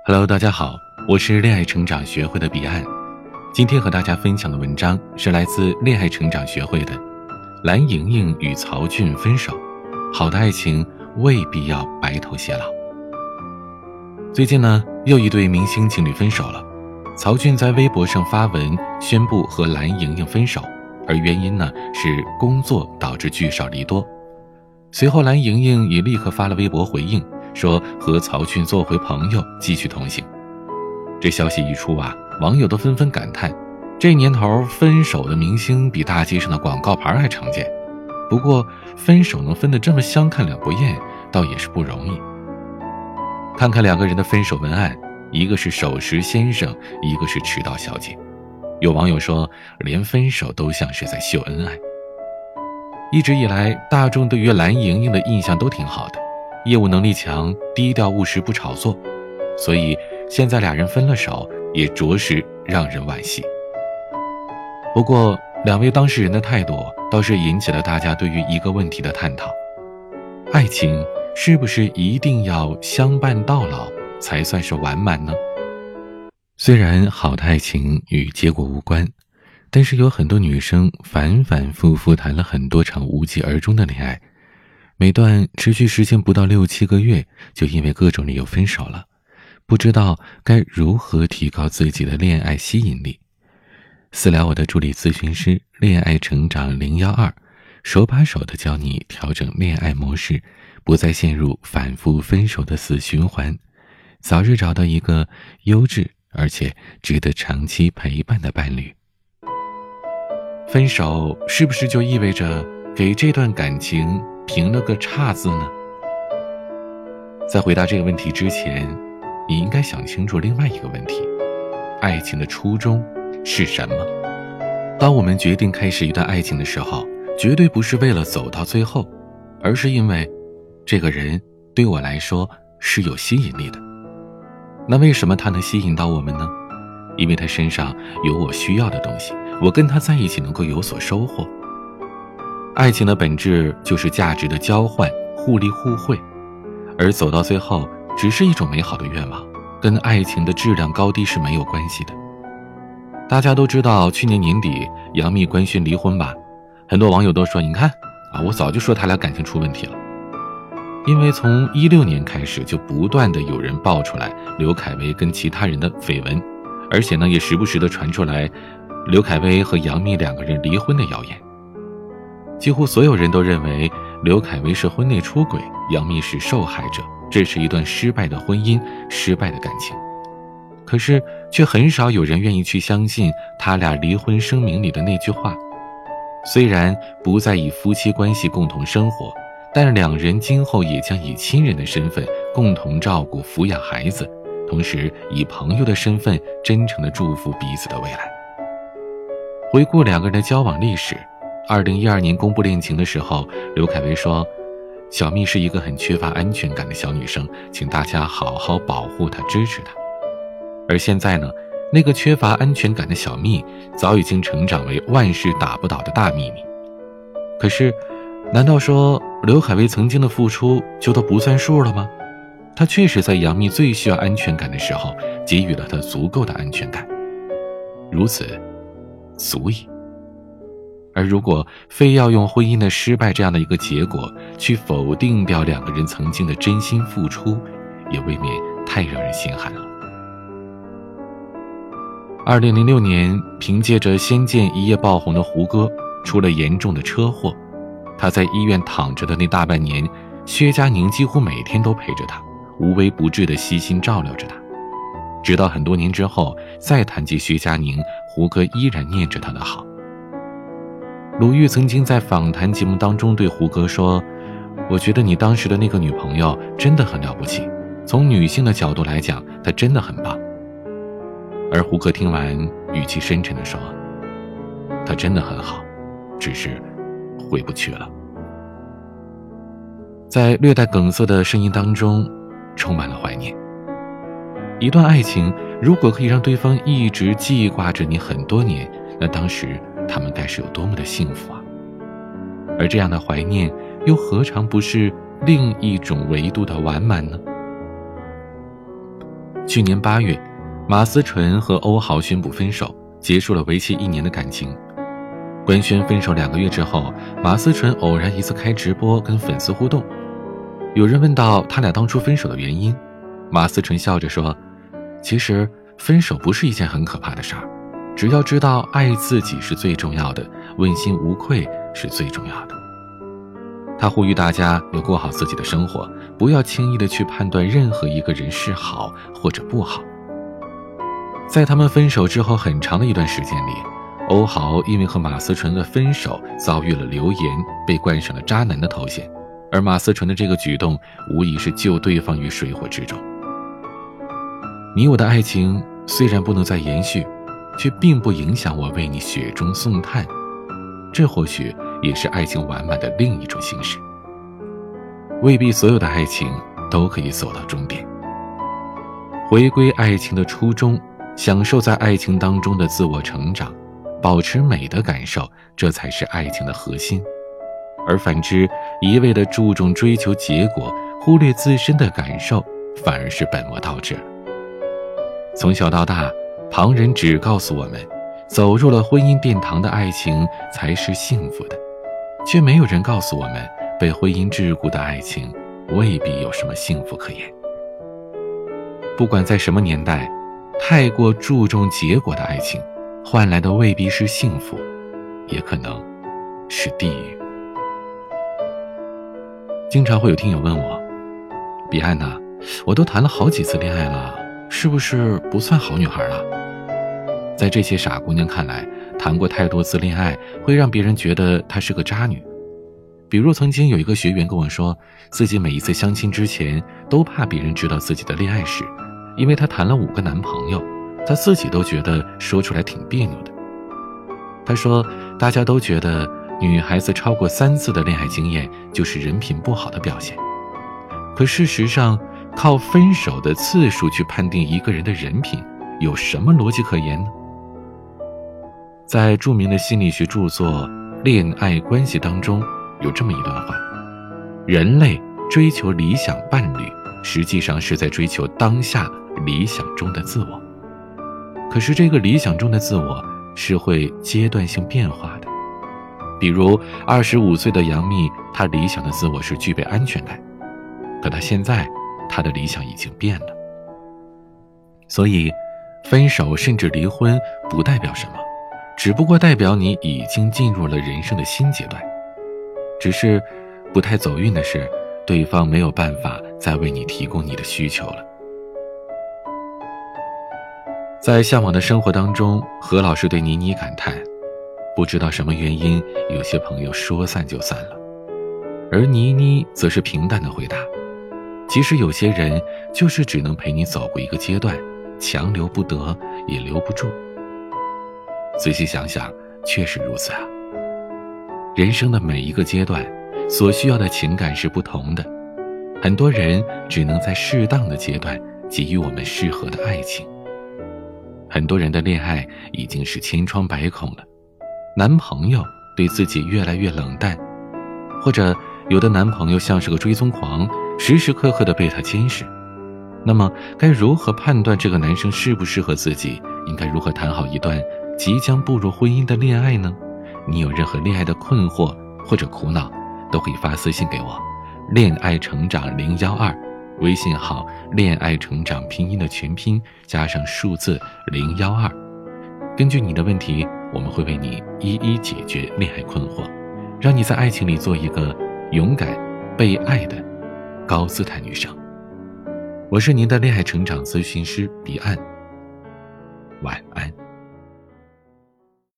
Hello， 大家好，我是恋爱成长学会的彼岸。今天和大家分享的文章是来自恋爱成长学会的蓝莹莹与曹骏分手，好的爱情未必要白头偕老。最近呢，又一对明星情侣分手了。曹骏在微博上发文宣布和蓝莹莹分手，而原因呢是工作导致聚少离多。随后蓝莹莹也立刻发了微博回应，说和曹骏做回朋友，继续同行。这消息一出啊，网友都纷纷感叹，这年头分手的明星比大街上的广告牌还常见。不过分手能分得这么相看两不厌，倒也是不容易。看看两个人的分手文案，一个是守时先生，一个是迟到小姐。有网友说，连分手都像是在秀恩爱。一直以来，大众对于蓝莹莹的印象都挺好的，业务能力强，低调务实，不炒作，所以现在俩人分了手，也着实让人惋惜。不过两位当事人的态度倒是引起了大家对于一个问题的探讨：爱情是不是一定要相伴到老才算是完满呢？虽然好的爱情与结果无关，但是有很多女生反反复复谈了很多场无疾而终的恋爱，每段持续时间不到6-7个月，就因为各种理由分手了，不知道该如何提高自己的恋爱吸引力。私聊我的助理咨询师恋爱成长012，手把手地教你调整恋爱模式，不再陷入反复分手的死循环，早日找到一个优质而且值得长期陪伴的伴侣。分手是不是就意味着给这段感情评了个差字呢？在回答这个问题之前，你应该想清楚另外一个问题：爱情的初衷是什么？当我们决定开始一段爱情的时候，绝对不是为了走到最后，而是因为这个人对我来说是有吸引力的。那为什么他能吸引到我们呢？因为他身上有我需要的东西，我跟他在一起能够有所收获。爱情的本质就是价值的交换，互利互惠，而走到最后只是一种美好的愿望，跟爱情的质量高低是没有关系的。大家都知道去年年底杨幂官宣离婚吧，很多网友都说，你看啊，我早就说他俩感情出问题了。因为从16年开始就不断的有人爆出来刘恺威跟其他人的绯闻，而且呢也时不时的传出来刘恺威和杨幂两个人离婚的谣言。几乎所有人都认为刘恺威是婚内出轨，杨幂是受害者，这是一段失败的婚姻，失败的感情。可是却很少有人愿意去相信他俩离婚声明里的那句话：虽然不再以夫妻关系共同生活，但两人今后也将以亲人的身份共同照顾抚养孩子，同时以朋友的身份真诚地祝福彼此的未来。回顾两个人的交往历史，2012年公布恋情的时候，刘恺威说，小蜜是一个很缺乏安全感的小女生，请大家好好保护她，支持她。而现在呢，那个缺乏安全感的小蜜早已经成长为万事打不倒的大秘密。可是难道说刘恺威曾经的付出就都不算数了吗？他确实在杨幂最需要安全感的时候给予了她足够的安全感，如此足矣。而如果非要用婚姻的失败这样的一个结果去否定掉两个人曾经的真心付出，也未免太让人心寒了。2006年，凭借着《仙剑》一夜爆红的胡歌出了严重的车祸，他在医院躺着的那大半年，薛佳凝几乎每天都陪着他，无微不至地悉心照料着他。直到很多年之后再谈及薛佳凝，胡歌依然念着他的好。鲁豫曾经在访谈节目当中对胡歌说，我觉得你当时的那个女朋友真的很了不起，从女性的角度来讲，她真的很棒。而胡歌听完语气深沉地说，她真的很好，只是回不去了。在略带梗塞的声音当中充满了怀念。一段爱情如果可以让对方一直记挂着你很多年，那当时他们该是有多么的幸福啊！而这样的怀念又何尝不是另一种维度的完满呢？ 去年8月，马思纯和欧豪宣布分手，结束了为期1年的感情。官宣分手2个月之后，马思纯偶然一次开直播跟粉丝互动，有人问到他俩当初分手的原因，马思纯笑着说，其实分手不是一件很可怕的事儿，只要知道爱自己是最重要的，问心无愧是最重要的。他呼吁大家要过好自己的生活，不要轻易的去判断任何一个人是好或者不好。在他们分手之后很长的一段时间里，欧豪因为和马思纯的分手遭遇了流言，被冠上了渣男的头衔，而马思纯的这个举动无疑是救对方于水火之中。你我的爱情虽然不能再延续，却并不影响我为你雪中送炭，这或许也是爱情完满的另一种形式。未必所有的爱情都可以走到终点。回归爱情的初衷，享受在爱情当中的自我成长，保持美的感受，这才是爱情的核心。而反之，一味地注重追求结果，忽略自身的感受，反而是本末倒置了。从小到大，旁人只告诉我们，走入了婚姻殿堂的爱情才是幸福的，却没有人告诉我们，被婚姻桎梏的爱情未必有什么幸福可言。不管在什么年代，太过注重结果的爱情，换来的未必是幸福，也可能是地狱。经常会有听友问我，彼岸呐，我都谈了好几次恋爱了，是不是不算好女孩了？在这些傻姑娘看来，谈过太多次恋爱会让别人觉得她是个渣女。比如曾经有一个学员跟我说，自己每一次相亲之前都怕别人知道自己的恋爱史，因为她谈了5个男朋友，她自己都觉得说出来挺别扭的。她说大家都觉得女孩子超过3次的恋爱经验就是人品不好的表现，可事实上靠分手的次数去判定一个人的人品，有什么逻辑可言呢？在著名的心理学著作《恋爱关系》当中，有这么一段话，人类追求理想伴侣，实际上是在追求当下理想中的自我。可是这个理想中的自我是会阶段性变化的。比如25岁的杨幂，她理想的自我是具备安全感，可她现在她的理想已经变了。所以分手甚至离婚不代表什么，只不过代表你已经进入了人生的新阶段。只是不太走运的是，对方没有办法再为你提供你的需求了。在向往的生活当中，何老师对倪妮感叹，不知道什么原因，有些朋友说散就散了。而倪妮则是平淡的回答，其实有些人就是只能陪你走过一个阶段，强留不得也留不住。仔细想想，确实如此啊。人生的每一个阶段所需要的情感是不同的，很多人只能在适当的阶段给予我们适合的爱情。很多人的恋爱已经是千疮百孔了，男朋友对自己越来越冷淡，或者有的男朋友像是个追踪狂，时时刻刻地被他监视。那么该如何判断这个男生适不适合自己？应该如何谈好一段即将步入婚姻的恋爱呢？你有任何恋爱的困惑或者苦恼，都可以发私信给我，恋爱成长012，微信号恋爱成长拼音的全拼加上数字012。根据你的问题，我们会为你一一解决恋爱困惑，让你在爱情里做一个勇敢被爱的高姿态女生。我是您的恋爱成长咨询师彼岸，晚安。